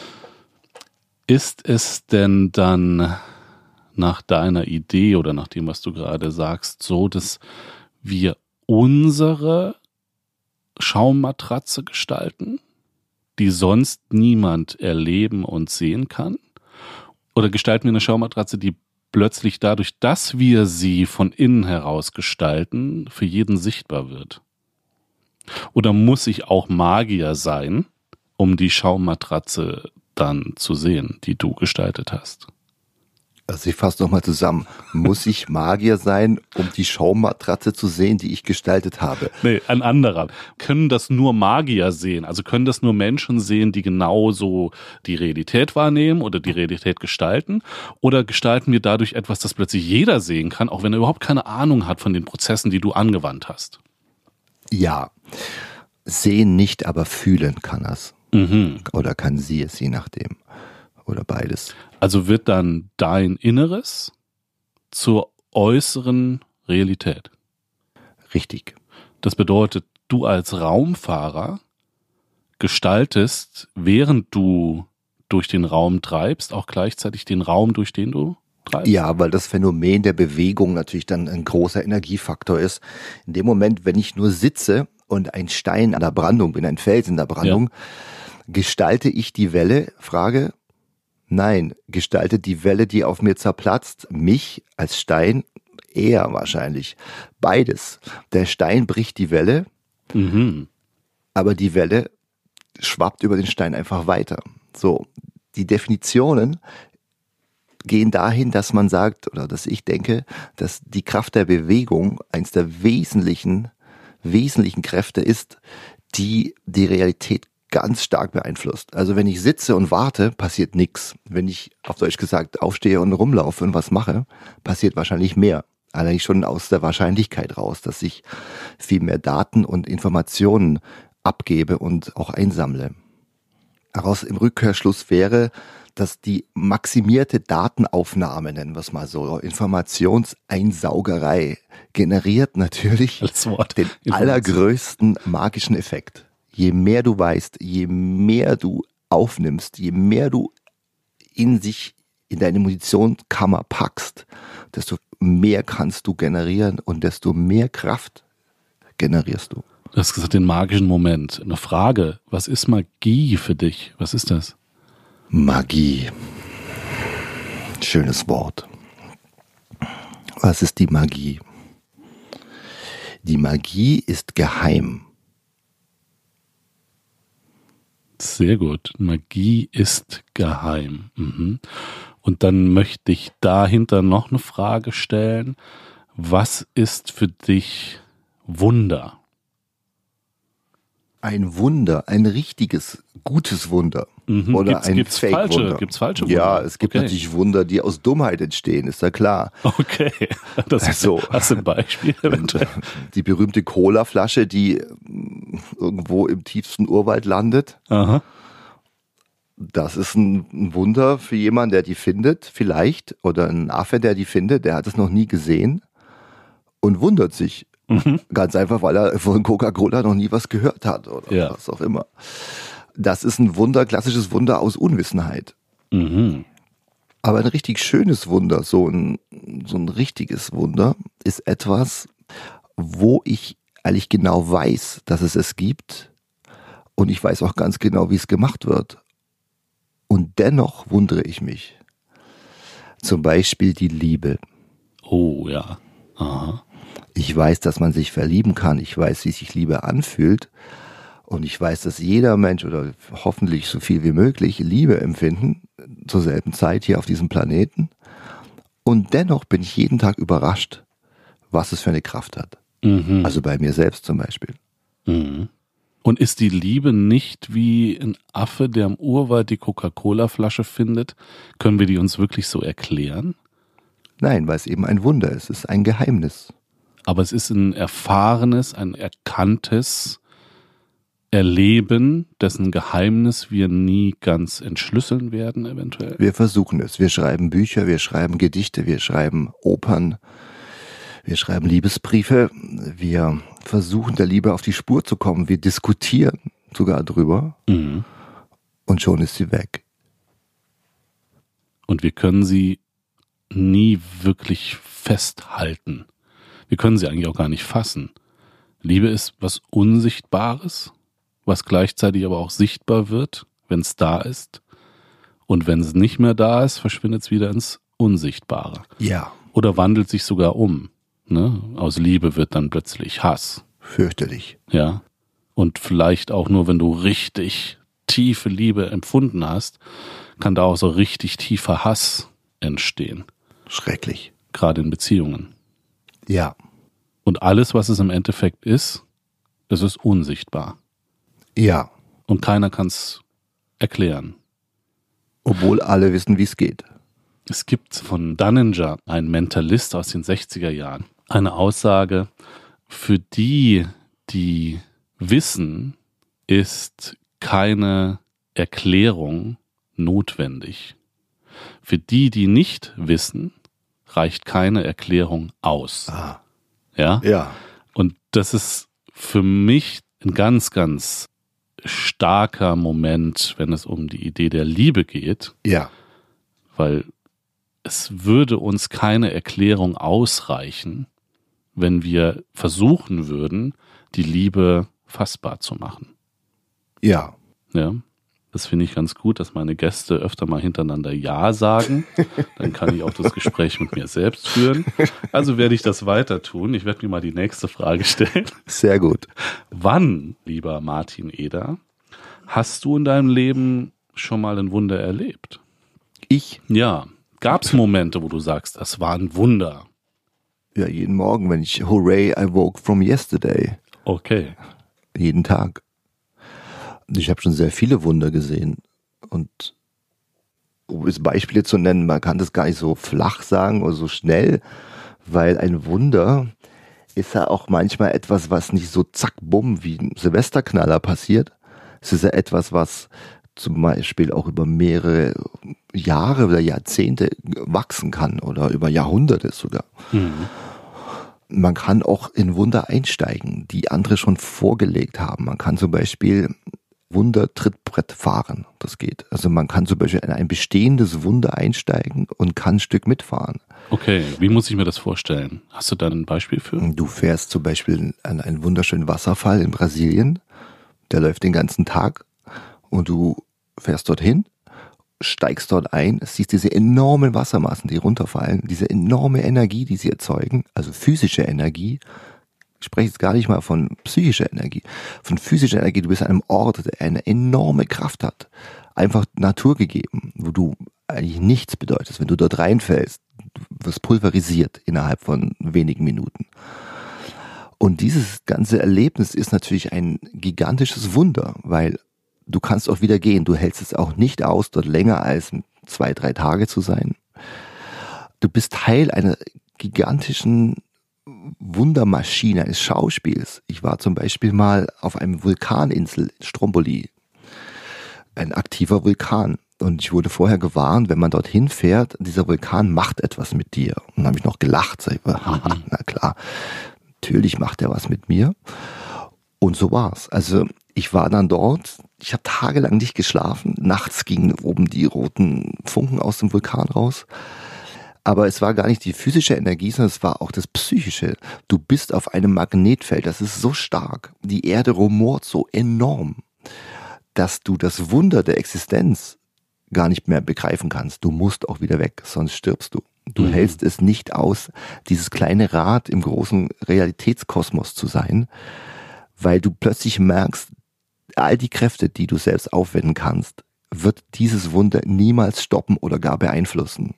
Ist es denn dann nach deiner Idee oder nach dem, was du gerade sagst, so, dass wir unsere Schaummatratze gestalten, die sonst niemand erleben und sehen kann? Oder gestalten wir eine Schaummatratze, die plötzlich dadurch, dass wir sie von innen heraus gestalten, für jeden sichtbar wird? Oder muss ich auch Magier sein, um die Schaummatratze dann zu sehen, die du gestaltet hast? Also ich fasse nochmal zusammen. Muss ich Magier sein, um die Schaummatratze zu sehen, die ich gestaltet habe? Nee, ein anderer. Können das nur Magier sehen? Also können das nur Menschen sehen, die genauso die Realität wahrnehmen oder die Realität gestalten? Oder gestalten wir dadurch etwas, das plötzlich jeder sehen kann, auch wenn er überhaupt keine Ahnung hat von den Prozessen, die du angewandt hast? Ja, sehen nicht, aber fühlen kann er's. Oder kann sie es, je nachdem. Oder beides. Also wird dann dein Inneres zur äußeren Realität. Richtig. Das bedeutet, du als Raumfahrer gestaltest, während du durch den Raum treibst, auch gleichzeitig den Raum, durch den du treibst? Ja, weil das Phänomen der Bewegung natürlich dann ein großer Energiefaktor ist. In dem Moment, wenn ich nur sitze und ein Stein an der Brandung bin, ein Fels in der Brandung, gestalte ich die Welle? Frage. Nein, gestaltet die Welle, die auf mir zerplatzt, mich als Stein? Eher wahrscheinlich. Beides. Der Stein bricht die Welle, aber die Welle schwappt über den Stein einfach weiter. So, die Definitionen gehen dahin, dass man sagt, oder dass ich denke, dass die Kraft der Bewegung eins der wesentlichen Kräfte ist, die die Realität ganz stark beeinflusst. Also wenn ich sitze und warte, passiert nichts. Wenn ich, auf Deutsch gesagt, aufstehe und rumlaufe und was mache, passiert wahrscheinlich mehr. Allein schon aus der Wahrscheinlichkeit raus, dass ich viel mehr Daten und Informationen abgebe und auch einsammle. Daraus im Rückkehrschluss wäre, dass die maximierte Datenaufnahme, nennen wir es mal so, Informationseinsaugerei, generiert natürlich den allergrößten magischen Effekt. Je mehr du weißt, je mehr du aufnimmst, je mehr du in deine Munitionskammer packst, desto mehr kannst du generieren und desto mehr Kraft generierst du. Du hast gesagt, den magischen Moment. Eine Frage, was ist Magie für dich? Was ist das? Magie. Schönes Wort. Was ist die Magie? Die Magie ist geheim. Sehr gut. Magie ist geheim. Und dann möchte ich dahinter noch eine Frage stellen. Was ist für dich Wunder? Ein Wunder, ein richtiges, gutes Wunder. Oder ein Fake-Wunder. Gibt's falsche Wunder? Ja, es gibt natürlich Wunder, die aus Dummheit entstehen, ist ja klar. Okay. Hast du ein Beispiel eventuell? Die berühmte Colaflasche, die irgendwo im tiefsten Urwald landet. Aha. Das ist ein Wunder für jemanden, der die findet, vielleicht. Oder ein Affe, der die findet, der hat es noch nie gesehen und wundert sich. Ganz einfach, weil er von Coca-Cola noch nie was gehört hat oder was auch immer. Das ist ein Wunder, klassisches Wunder aus Unwissenheit. Aber ein richtig schönes Wunder, so ein richtiges Wunder, ist etwas, wo ich eigentlich genau weiß, dass es gibt und ich weiß auch ganz genau, wie es gemacht wird. Und dennoch wundere ich mich. Zum Beispiel die Liebe. Oh ja. Aha. Ich weiß, dass man sich verlieben kann. Ich weiß, wie sich Liebe anfühlt. Und ich weiß, dass jeder Mensch oder hoffentlich so viel wie möglich Liebe empfinden, zur selben Zeit hier auf diesem Planeten. Und dennoch bin ich jeden Tag überrascht, was es für eine Kraft hat. Also bei mir selbst zum Beispiel. Und ist die Liebe nicht wie ein Affe, der im Urwald die Coca-Cola-Flasche findet? Können wir die uns wirklich so erklären? Nein, weil es eben ein Wunder ist. Es ist ein Geheimnis. Aber es ist ein erfahrenes, ein erkanntes erleben, dessen Geheimnis wir nie ganz entschlüsseln werden, eventuell? Wir versuchen es. Wir schreiben Bücher, wir schreiben Gedichte, wir schreiben Opern, wir schreiben Liebesbriefe. Wir versuchen der Liebe auf die Spur zu kommen. Wir diskutieren sogar drüber. Mhm. Und schon ist sie weg. Und wir können sie nie wirklich festhalten. Wir können sie eigentlich auch gar nicht fassen. Liebe ist was Unsichtbares, was gleichzeitig aber auch sichtbar wird, wenn es da ist. Und wenn es nicht mehr da ist, verschwindet es wieder ins Unsichtbare. Ja. Oder wandelt sich sogar um. Ne? Aus Liebe wird dann plötzlich Hass. Fürchterlich. Ja. Und vielleicht auch nur, wenn du richtig tiefe Liebe empfunden hast, kann da auch so richtig tiefer Hass entstehen. Schrecklich. Gerade in Beziehungen. Ja. Und alles, was es im Endeffekt ist, das ist unsichtbar. Ja. Und keiner kann es erklären. Obwohl alle wissen, wie es geht. Es gibt von Dunninger, ein Mentalist aus den 60er Jahren, eine Aussage, für die, die wissen, ist keine Erklärung notwendig. Für die, die nicht wissen, reicht keine Erklärung aus. Ah. Ja? Ja. Und das ist für mich ein ganz, ganz starker Moment, wenn es um die Idee der Liebe geht. Ja. Weil es würde uns keine Erklärung ausreichen, wenn wir versuchen würden, die Liebe fassbar zu machen. Ja. Ja, das finde ich ganz gut, dass meine Gäste öfter mal hintereinander Ja sagen. Dann kann ich auch das Gespräch mit mir selbst führen. Also werde ich das weiter tun. Ich werde mir mal die nächste Frage stellen. Sehr gut. Wann, lieber Martin Eder, hast du in deinem Leben schon mal ein Wunder erlebt? Ich? Ja. Gab es Momente, wo du sagst, das war ein Wunder? Ja, jeden Morgen, wenn ich Hooray, I woke from yesterday. Okay. Jeden Tag. Ich habe schon sehr viele Wunder gesehen. Und um es Beispiele zu nennen, man kann das gar nicht so flach sagen oder so schnell, weil ein Wunder ist ja auch manchmal etwas, was nicht so zack, bumm, wie ein Silvesterknaller passiert. Es ist ja etwas, was zum Beispiel auch über mehrere Jahre oder Jahrzehnte wachsen kann oder über Jahrhunderte sogar. Mhm. Man kann auch in Wunder einsteigen, die andere schon vorgelegt haben. Man kann zum Beispiel Wunder-Trittbrett fahren, das geht. Also man kann zum Beispiel in ein bestehendes Wunder einsteigen und kann ein Stück mitfahren. Okay, wie muss ich mir das vorstellen? Hast du da ein Beispiel für? Du fährst zum Beispiel an einen wunderschönen Wasserfall in Brasilien, der läuft den ganzen Tag und du fährst dorthin, steigst dort ein, siehst diese enormen Wassermassen, die runterfallen, diese enorme Energie, die sie erzeugen, also physische Energie. Ich spreche jetzt gar nicht mal von psychischer Energie, von physischer Energie. Du bist an einem Ort, der eine enorme Kraft hat, einfach naturgegeben, wo du eigentlich nichts bedeutest. Wenn du dort reinfällst, du wirst pulverisiert innerhalb von wenigen Minuten. Und dieses ganze Erlebnis ist natürlich ein gigantisches Wunder, weil du kannst auch wieder gehen. Du hältst es auch nicht aus, dort länger als 2-3 Tage zu sein. Du bist Teil einer gigantischen Wundermaschine, eines Schauspiels. Ich war zum Beispiel mal auf einem Vulkaninsel in Stromboli. Ein aktiver Vulkan. Und ich wurde vorher gewarnt, wenn man dorthin fährt, dieser Vulkan macht etwas mit dir. Und dann habe ich noch gelacht. Sag ich, na klar, natürlich macht er was mit mir. Und so war's. Also ich war dann dort, ich habe tagelang nicht geschlafen. Nachts gingen oben die roten Funken aus dem Vulkan raus. Aber es war gar nicht die physische Energie, sondern es war auch das Psychische. Du bist auf einem Magnetfeld, das ist so stark. Die Erde rumort so enorm, dass du das Wunder der Existenz gar nicht mehr begreifen kannst. Du musst auch wieder weg, sonst stirbst du. Du hältst es nicht aus, dieses kleine Rad im großen Realitätskosmos zu sein, weil du plötzlich merkst, all die Kräfte, die du selbst aufwenden kannst, wird dieses Wunder niemals stoppen oder gar beeinflussen.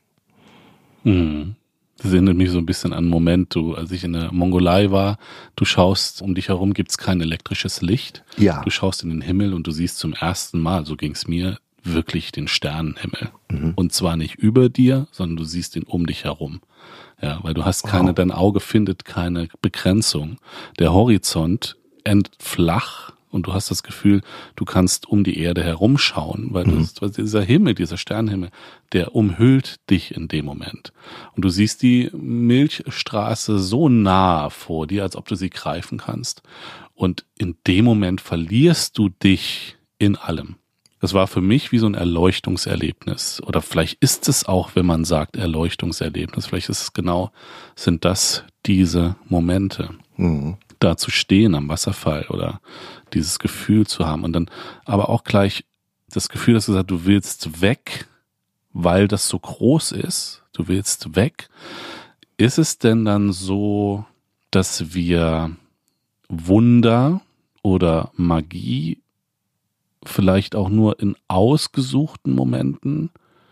Das erinnert mich so ein bisschen an einen Moment, als ich in der Mongolei war, du schaust, um dich herum gibt's kein elektrisches Licht. Ja. Du schaust in den Himmel und du siehst zum ersten Mal, so ging's mir, wirklich den Sternenhimmel. Und zwar nicht über dir, sondern du siehst ihn um dich herum. Ja, weil du hast dein Auge findet keine Begrenzung. Der Horizont endet flach und du hast das Gefühl, du kannst um die Erde herumschauen, weil dieser Himmel, dieser Sternenhimmel, der umhüllt dich in dem Moment. Und du siehst die Milchstraße so nah vor dir, als ob du sie greifen kannst. Und in dem Moment verlierst du dich in allem. Das war für mich wie so ein Erleuchtungserlebnis. Oder vielleicht ist es auch, wenn man sagt Erleuchtungserlebnis, vielleicht ist es genau, sind das diese Momente. Da zu stehen am Wasserfall oder dieses Gefühl zu haben. Und dann aber auch gleich das Gefühl, dass du sagst, du willst weg, weil das so groß ist. Du willst weg. Ist es denn dann so, dass wir Wunder oder Magie vielleicht auch nur in ausgesuchten Momenten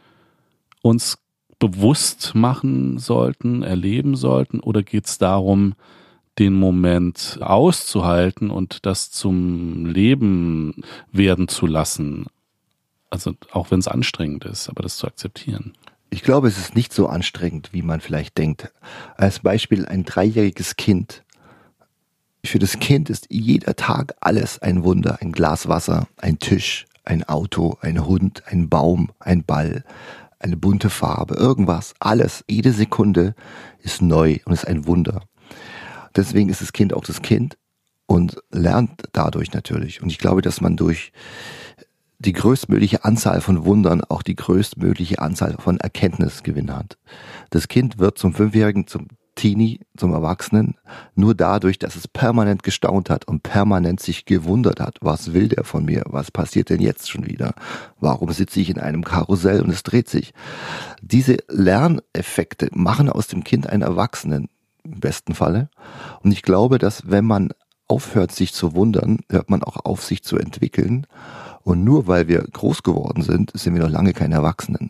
uns bewusst machen sollten, erleben sollten? Oder geht es darum, den Moment auszuhalten und das zum Leben werden zu lassen? Also auch wenn es anstrengend ist, aber das zu akzeptieren. Ich glaube, es ist nicht so anstrengend, wie man vielleicht denkt. Als Beispiel ein 3-jähriges Kind. Für das Kind ist jeder Tag alles ein Wunder. Ein Glas Wasser, ein Tisch, ein Auto, ein Hund, ein Baum, ein Ball, eine bunte Farbe, irgendwas. Alles, jede Sekunde ist neu und ist ein Wunder. Deswegen ist das Kind auch das Kind und lernt dadurch natürlich. Und ich glaube, dass man durch die größtmögliche Anzahl von Wundern auch die größtmögliche Anzahl von Erkenntnisgewinn hat. Das Kind wird zum 5-Jährigen, zum Teenie, zum Erwachsenen, nur dadurch, dass es permanent gestaunt hat und permanent sich gewundert hat. Was will der von mir? Was passiert denn jetzt schon wieder? Warum sitze ich in einem Karussell und es dreht sich? Diese Lerneffekte machen aus dem Kind einen Erwachsenen, im besten Falle. Und ich glaube, dass wenn man aufhört, sich zu wundern, hört man auch auf, sich zu entwickeln. Und nur weil wir groß geworden sind, sind wir noch lange keine Erwachsenen.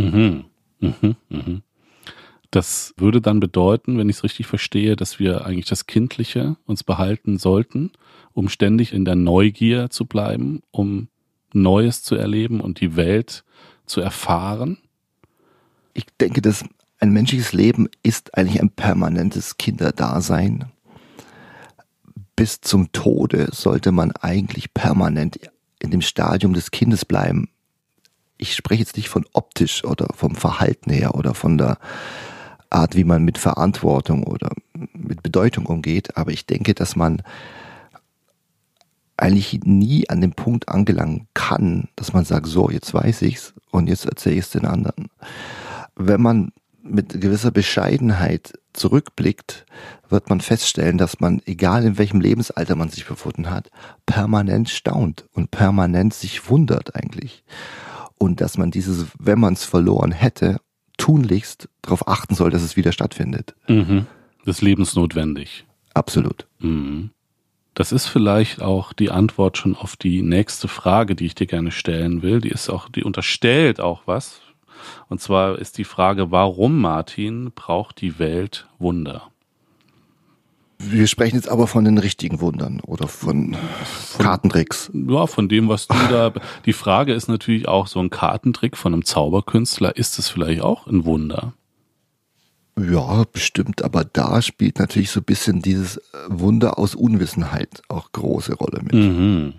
Das würde dann bedeuten, wenn ich es richtig verstehe, dass wir eigentlich das Kindliche uns behalten sollten, um ständig in der Neugier zu bleiben, um Neues zu erleben und die Welt zu erfahren. Ich denke, dass ein menschliches Leben ist eigentlich ein permanentes Kinderdasein. Bis zum Tode sollte man eigentlich permanent in dem Stadium des Kindes bleiben. Ich spreche jetzt nicht von optisch oder vom Verhalten her oder von der Art, wie man mit Verantwortung oder mit Bedeutung umgeht, aber ich denke, dass man eigentlich nie an den Punkt angelangen kann, dass man sagt, so, jetzt weiß ich's und jetzt erzähle ich es den anderen. Wenn man mit gewisser Bescheidenheit zurückblickt, wird man feststellen, dass man, egal in welchem Lebensalter man sich befunden hat, permanent staunt und permanent sich wundert eigentlich. Und dass man dieses, wenn man es verloren hätte, tunlichst darauf achten soll, dass es wieder stattfindet. Das ist lebensnotwendig. Absolut. Das ist vielleicht auch die Antwort schon auf die nächste Frage, die ich dir gerne stellen will. Die unterstellt auch was. Und zwar ist die Frage, warum, Martin, braucht die Welt Wunder? Wir sprechen jetzt aber von den richtigen Wundern oder von Kartentricks. Ja, von dem, was du da... Die Frage ist natürlich auch, so ein Kartentrick von einem Zauberkünstler, ist es vielleicht auch ein Wunder? Ja, bestimmt, aber da spielt natürlich so ein bisschen dieses Wunder aus Unwissenheit auch große Rolle mit.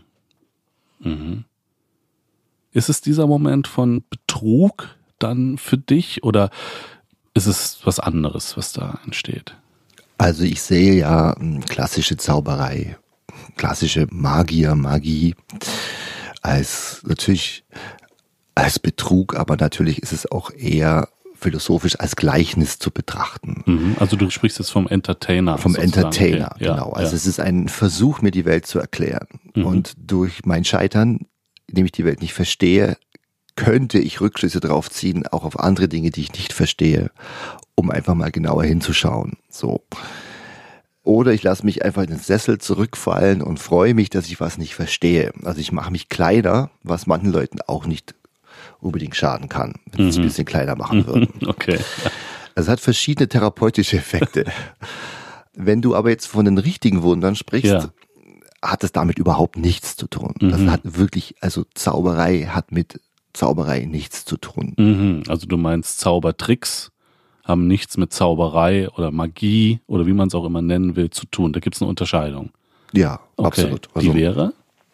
Ist es dieser Moment von Betrug dann für dich oder ist es was anderes, was da entsteht? Also ich sehe ja klassische Zauberei, klassische Magie als natürlich als Betrug, aber natürlich ist es auch eher philosophisch als Gleichnis zu betrachten. Also du sprichst jetzt vom Entertainer. Vom sozusagen. Entertainer, Okay. genau. Also es ist ein Versuch, mir die Welt zu erklären. Und durch mein Scheitern, indem ich die Welt nicht verstehe, könnte ich Rückschlüsse drauf ziehen, auch auf andere Dinge, die ich nicht verstehe, um einfach mal genauer hinzuschauen. So. Oder ich lasse mich einfach in den Sessel zurückfallen und freue mich, dass ich was nicht verstehe. Also ich mache mich kleiner, was manchen Leuten auch nicht unbedingt schaden kann, wenn sie es ein bisschen kleiner machen würden. Okay. Es hat verschiedene therapeutische Effekte. Wenn du aber jetzt von den richtigen Wundern sprichst, hat es damit überhaupt nichts zu tun. Das hat wirklich, also Zauberei hat mit Zauberei nichts zu tun. Also du meinst, Zaubertricks haben nichts mit Zauberei oder Magie oder wie man es auch immer nennen will zu tun. Da gibt es eine Unterscheidung. Ja, Okay. absolut. Die wäre?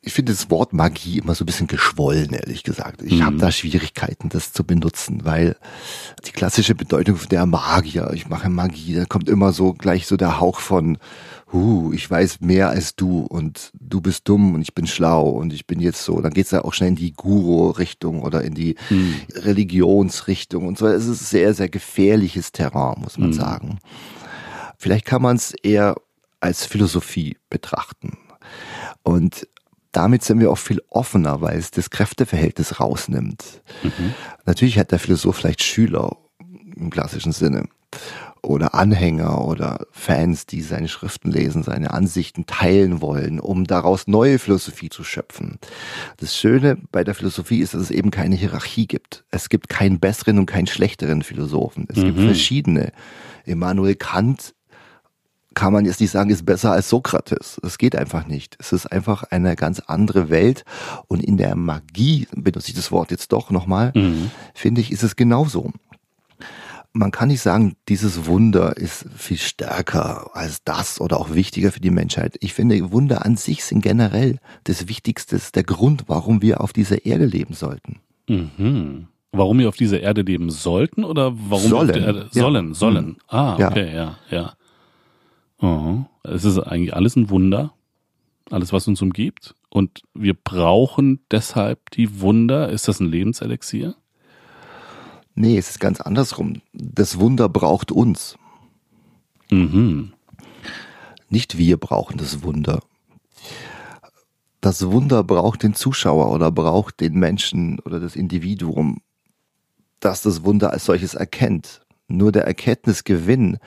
Ich finde das Wort Magie immer so ein bisschen geschwollen, ehrlich gesagt. Ich habe da Schwierigkeiten, das zu benutzen, weil die klassische Bedeutung von der Magier, ich mache Magie, da kommt immer so gleich so der Hauch von, ich weiß mehr als du und du bist dumm und ich bin schlau und ich bin jetzt so. Dann geht's ja auch schnell in die Guru-Richtung oder in die Religionsrichtung und so. Es ist sehr, sehr gefährliches Terrain, muss man sagen. Vielleicht kann man es eher als Philosophie betrachten. Und damit sind wir auch viel offener, weil es das Kräfteverhältnis rausnimmt. Natürlich hat der Philosoph vielleicht Schüler im klassischen Sinne oder Anhänger oder Fans, die seine Schriften lesen, seine Ansichten teilen wollen, um daraus neue Philosophie zu schöpfen. Das Schöne bei der Philosophie ist, dass es eben keine Hierarchie gibt. Es gibt keinen besseren und keinen schlechteren Philosophen. Es gibt verschiedene. Immanuel Kant kann man jetzt nicht sagen, ist besser als Sokrates. Das geht einfach nicht. Es ist einfach eine ganz andere Welt. Und in der Magie, benutze ich das Wort jetzt doch nochmal, finde ich, ist es genauso. Man kann nicht sagen, dieses Wunder ist viel stärker als das oder auch wichtiger für die Menschheit. Ich finde, Wunder an sich sind generell das Wichtigste, der Grund, warum wir auf dieser Erde leben sollten. Warum wir auf dieser Erde leben sollten oder warum wir auf der Erde sollen? Okay, ja. Oh. Es ist eigentlich alles ein Wunder, alles, was uns umgibt. Und wir brauchen deshalb die Wunder. Ist das ein Lebenselixier? Nee, es ist ganz andersrum. Das Wunder braucht uns. Nicht wir brauchen das Wunder. Das Wunder braucht den Zuschauer oder braucht den Menschen oder das Individuum, das das Wunder als solches erkennt. Nur der Erkenntnisgewinn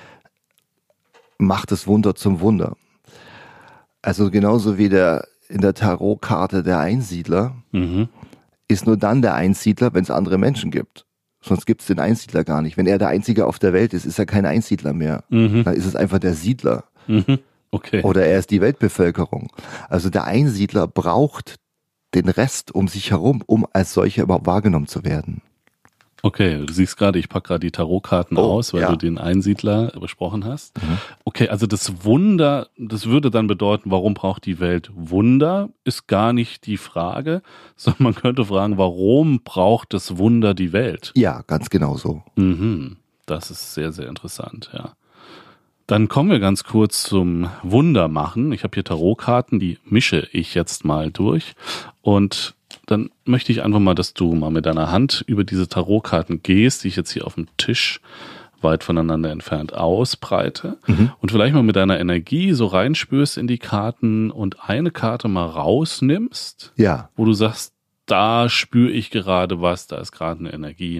macht das Wunder zum Wunder. Also genauso wie in der Tarotkarte der Einsiedler ist nur dann der Einsiedler, wenn es andere Menschen gibt. Sonst gibt es den Einsiedler gar nicht. Wenn er der Einzige auf der Welt ist, ist er kein Einsiedler mehr. Dann ist es einfach der Siedler. Okay. Oder er ist die Weltbevölkerung. Also der Einsiedler braucht den Rest um sich herum, um als solcher überhaupt wahrgenommen zu werden. Okay, du siehst gerade, ich packe gerade die Tarotkarten aus, weil du den Einsiedler besprochen hast. Okay, also das Wunder, das würde dann bedeuten, warum braucht die Welt Wunder, ist gar nicht die Frage, sondern man könnte fragen, warum braucht das Wunder die Welt? Ja, ganz genau so. Das ist sehr, sehr interessant, ja. Dann kommen wir ganz kurz zum Wundermachen. Ich habe hier Tarotkarten, die mische ich jetzt mal durch und dann möchte ich einfach mal, dass du mal mit deiner Hand über diese Tarotkarten gehst, die ich jetzt hier auf dem Tisch weit voneinander entfernt ausbreite und vielleicht mal mit deiner Energie so reinspürst in die Karten und eine Karte mal rausnimmst, wo du sagst, da spüre ich gerade was, da ist gerade eine Energie.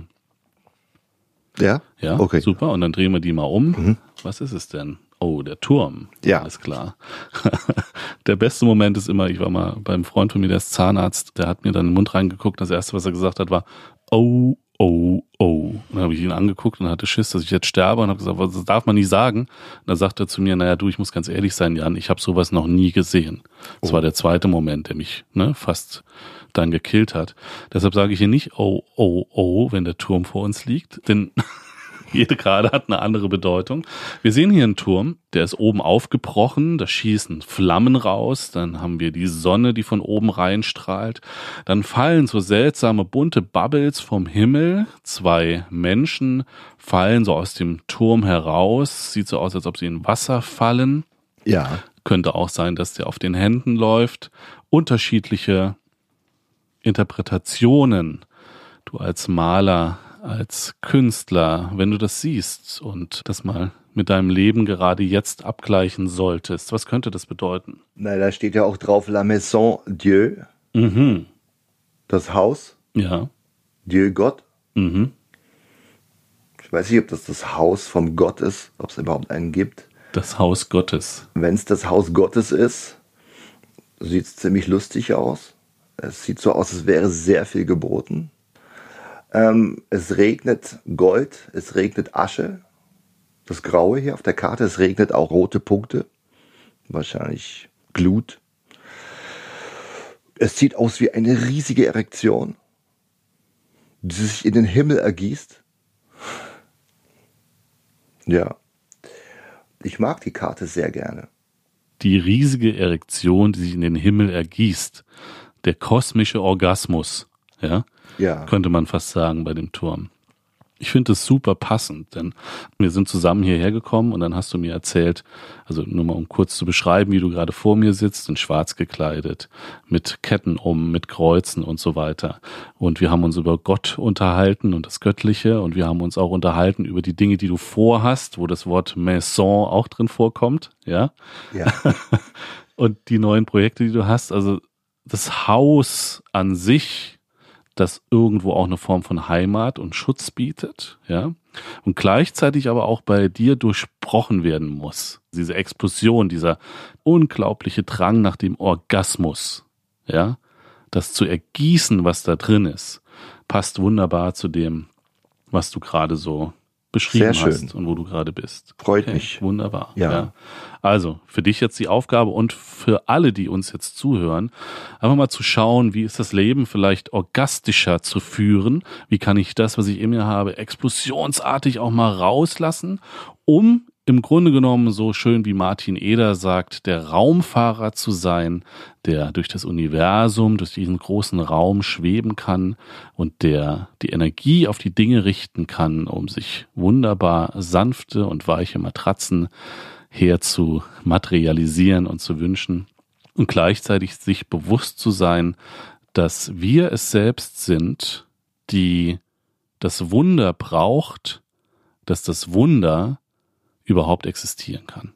Ja? Ja, okay. Super. Und dann drehen wir die mal um. Was ist es denn? Oh, der Turm. Ja. Alles klar. Der beste Moment ist immer, ich war mal beim Freund von mir, der ist Zahnarzt, der hat mir dann in den Mund reingeguckt. Das erste, was er gesagt hat, war, oh, oh, oh. Und dann habe ich ihn angeguckt und hatte Schiss, dass ich jetzt sterbe und habe gesagt, das darf man nicht sagen. Und dann sagt er zu mir, naja, du, ich muss ganz ehrlich sein, Jan, ich habe sowas noch nie gesehen. Das war der zweite Moment, der mich fast dann gekillt hat. Deshalb sage ich hier nicht, oh, oh, oh, wenn der Turm vor uns liegt, denn jede Karte hat eine andere Bedeutung. Wir sehen hier einen Turm, der ist oben aufgebrochen, da schießen Flammen raus, dann haben wir die Sonne, die von oben reinstrahlt, dann fallen so seltsame bunte Bubbles vom Himmel, 2 Menschen fallen so aus dem Turm heraus, sieht so aus, als ob sie in Wasser fallen. Ja. Könnte auch sein, dass der auf den Händen läuft. Unterschiedliche Interpretationen. Du als Maler, als Künstler, wenn du das siehst und das mal mit deinem Leben gerade jetzt abgleichen solltest, was könnte das bedeuten? Na, da steht ja auch drauf La Maison Dieu. Das Haus. Ja. Dieu Gott. Ich weiß nicht, ob das Haus vom Gott ist, ob es überhaupt einen gibt. Das Haus Gottes. Wenn es das Haus Gottes ist, sieht es ziemlich lustig aus. Es sieht so aus, als wäre sehr viel geboten. Es regnet Gold, es regnet Asche. Das Graue hier auf der Karte, es regnet auch rote Punkte. Wahrscheinlich Glut. Es sieht aus wie eine riesige Erektion, die sich in den Himmel ergießt. Ja. Ich mag die Karte sehr gerne. die riesige Erektion, die sich in den Himmel ergießt. Der kosmische Orgasmus, ja, könnte man fast sagen bei dem Turm. Ich finde es super passend, denn wir sind zusammen hierher gekommen und dann hast du mir erzählt, also nur mal um kurz zu beschreiben, wie du gerade vor mir sitzt, in schwarz gekleidet, mit Ketten mit Kreuzen und so weiter. Und wir haben uns über Gott unterhalten und das Göttliche und wir haben uns auch unterhalten über die Dinge, die du vorhast, wo das Wort Maison auch drin vorkommt, ja. Und die neuen Projekte, die du hast, also das Haus an sich, das irgendwo auch eine Form von Heimat und Schutz bietet, ja, und gleichzeitig aber auch bei dir durchbrochen werden muss. Diese Explosion, dieser unglaubliche Drang nach dem Orgasmus, ja, das zu ergießen, was da drin ist, passt wunderbar zu dem, was du gerade so beschrieben hast und wo du gerade bist. Freut mich. Wunderbar. Ja. Also, für dich jetzt die Aufgabe und für alle, die uns jetzt zuhören, einfach mal zu schauen, wie ist das Leben vielleicht orgastischer zu führen? Wie kann ich das, was ich in mir habe, explosionsartig auch mal rauslassen, um im Grunde genommen so schön wie Martin Eder sagt, der Raumfahrer zu sein, der durch das Universum, durch diesen großen Raum schweben kann und der die Energie auf die Dinge richten kann, um sich wunderbar sanfte und weiche Matratzen her zu materialisieren und zu wünschen und gleichzeitig sich bewusst zu sein, dass wir es selbst sind, die das Wunder braucht, dass das Wunder überhaupt existieren kann.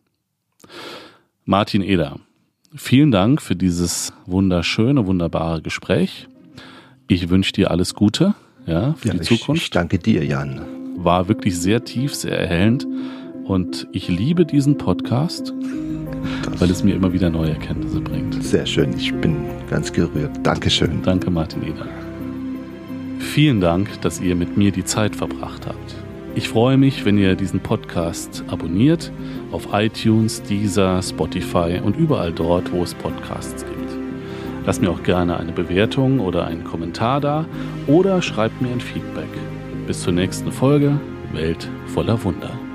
Martin Eder, vielen Dank für dieses wunderschöne, wunderbare Gespräch. Ich wünsche dir alles Gute, für die Zukunft. Ich danke dir, Jan. War wirklich sehr tief, sehr erhellend und ich liebe diesen Podcast, weil es mir immer wieder neue Erkenntnisse bringt. Sehr schön, ich bin ganz gerührt. Dankeschön. Danke, Martin Eder. Vielen Dank, dass ihr mit mir die Zeit verbracht habt. Ich freue mich, wenn ihr diesen Podcast abonniert auf iTunes, Deezer, Spotify und überall dort, wo es Podcasts gibt. Lasst mir auch gerne eine Bewertung oder einen Kommentar da oder schreibt mir ein Feedback. Bis zur nächsten Folge, Welt voller Wunder.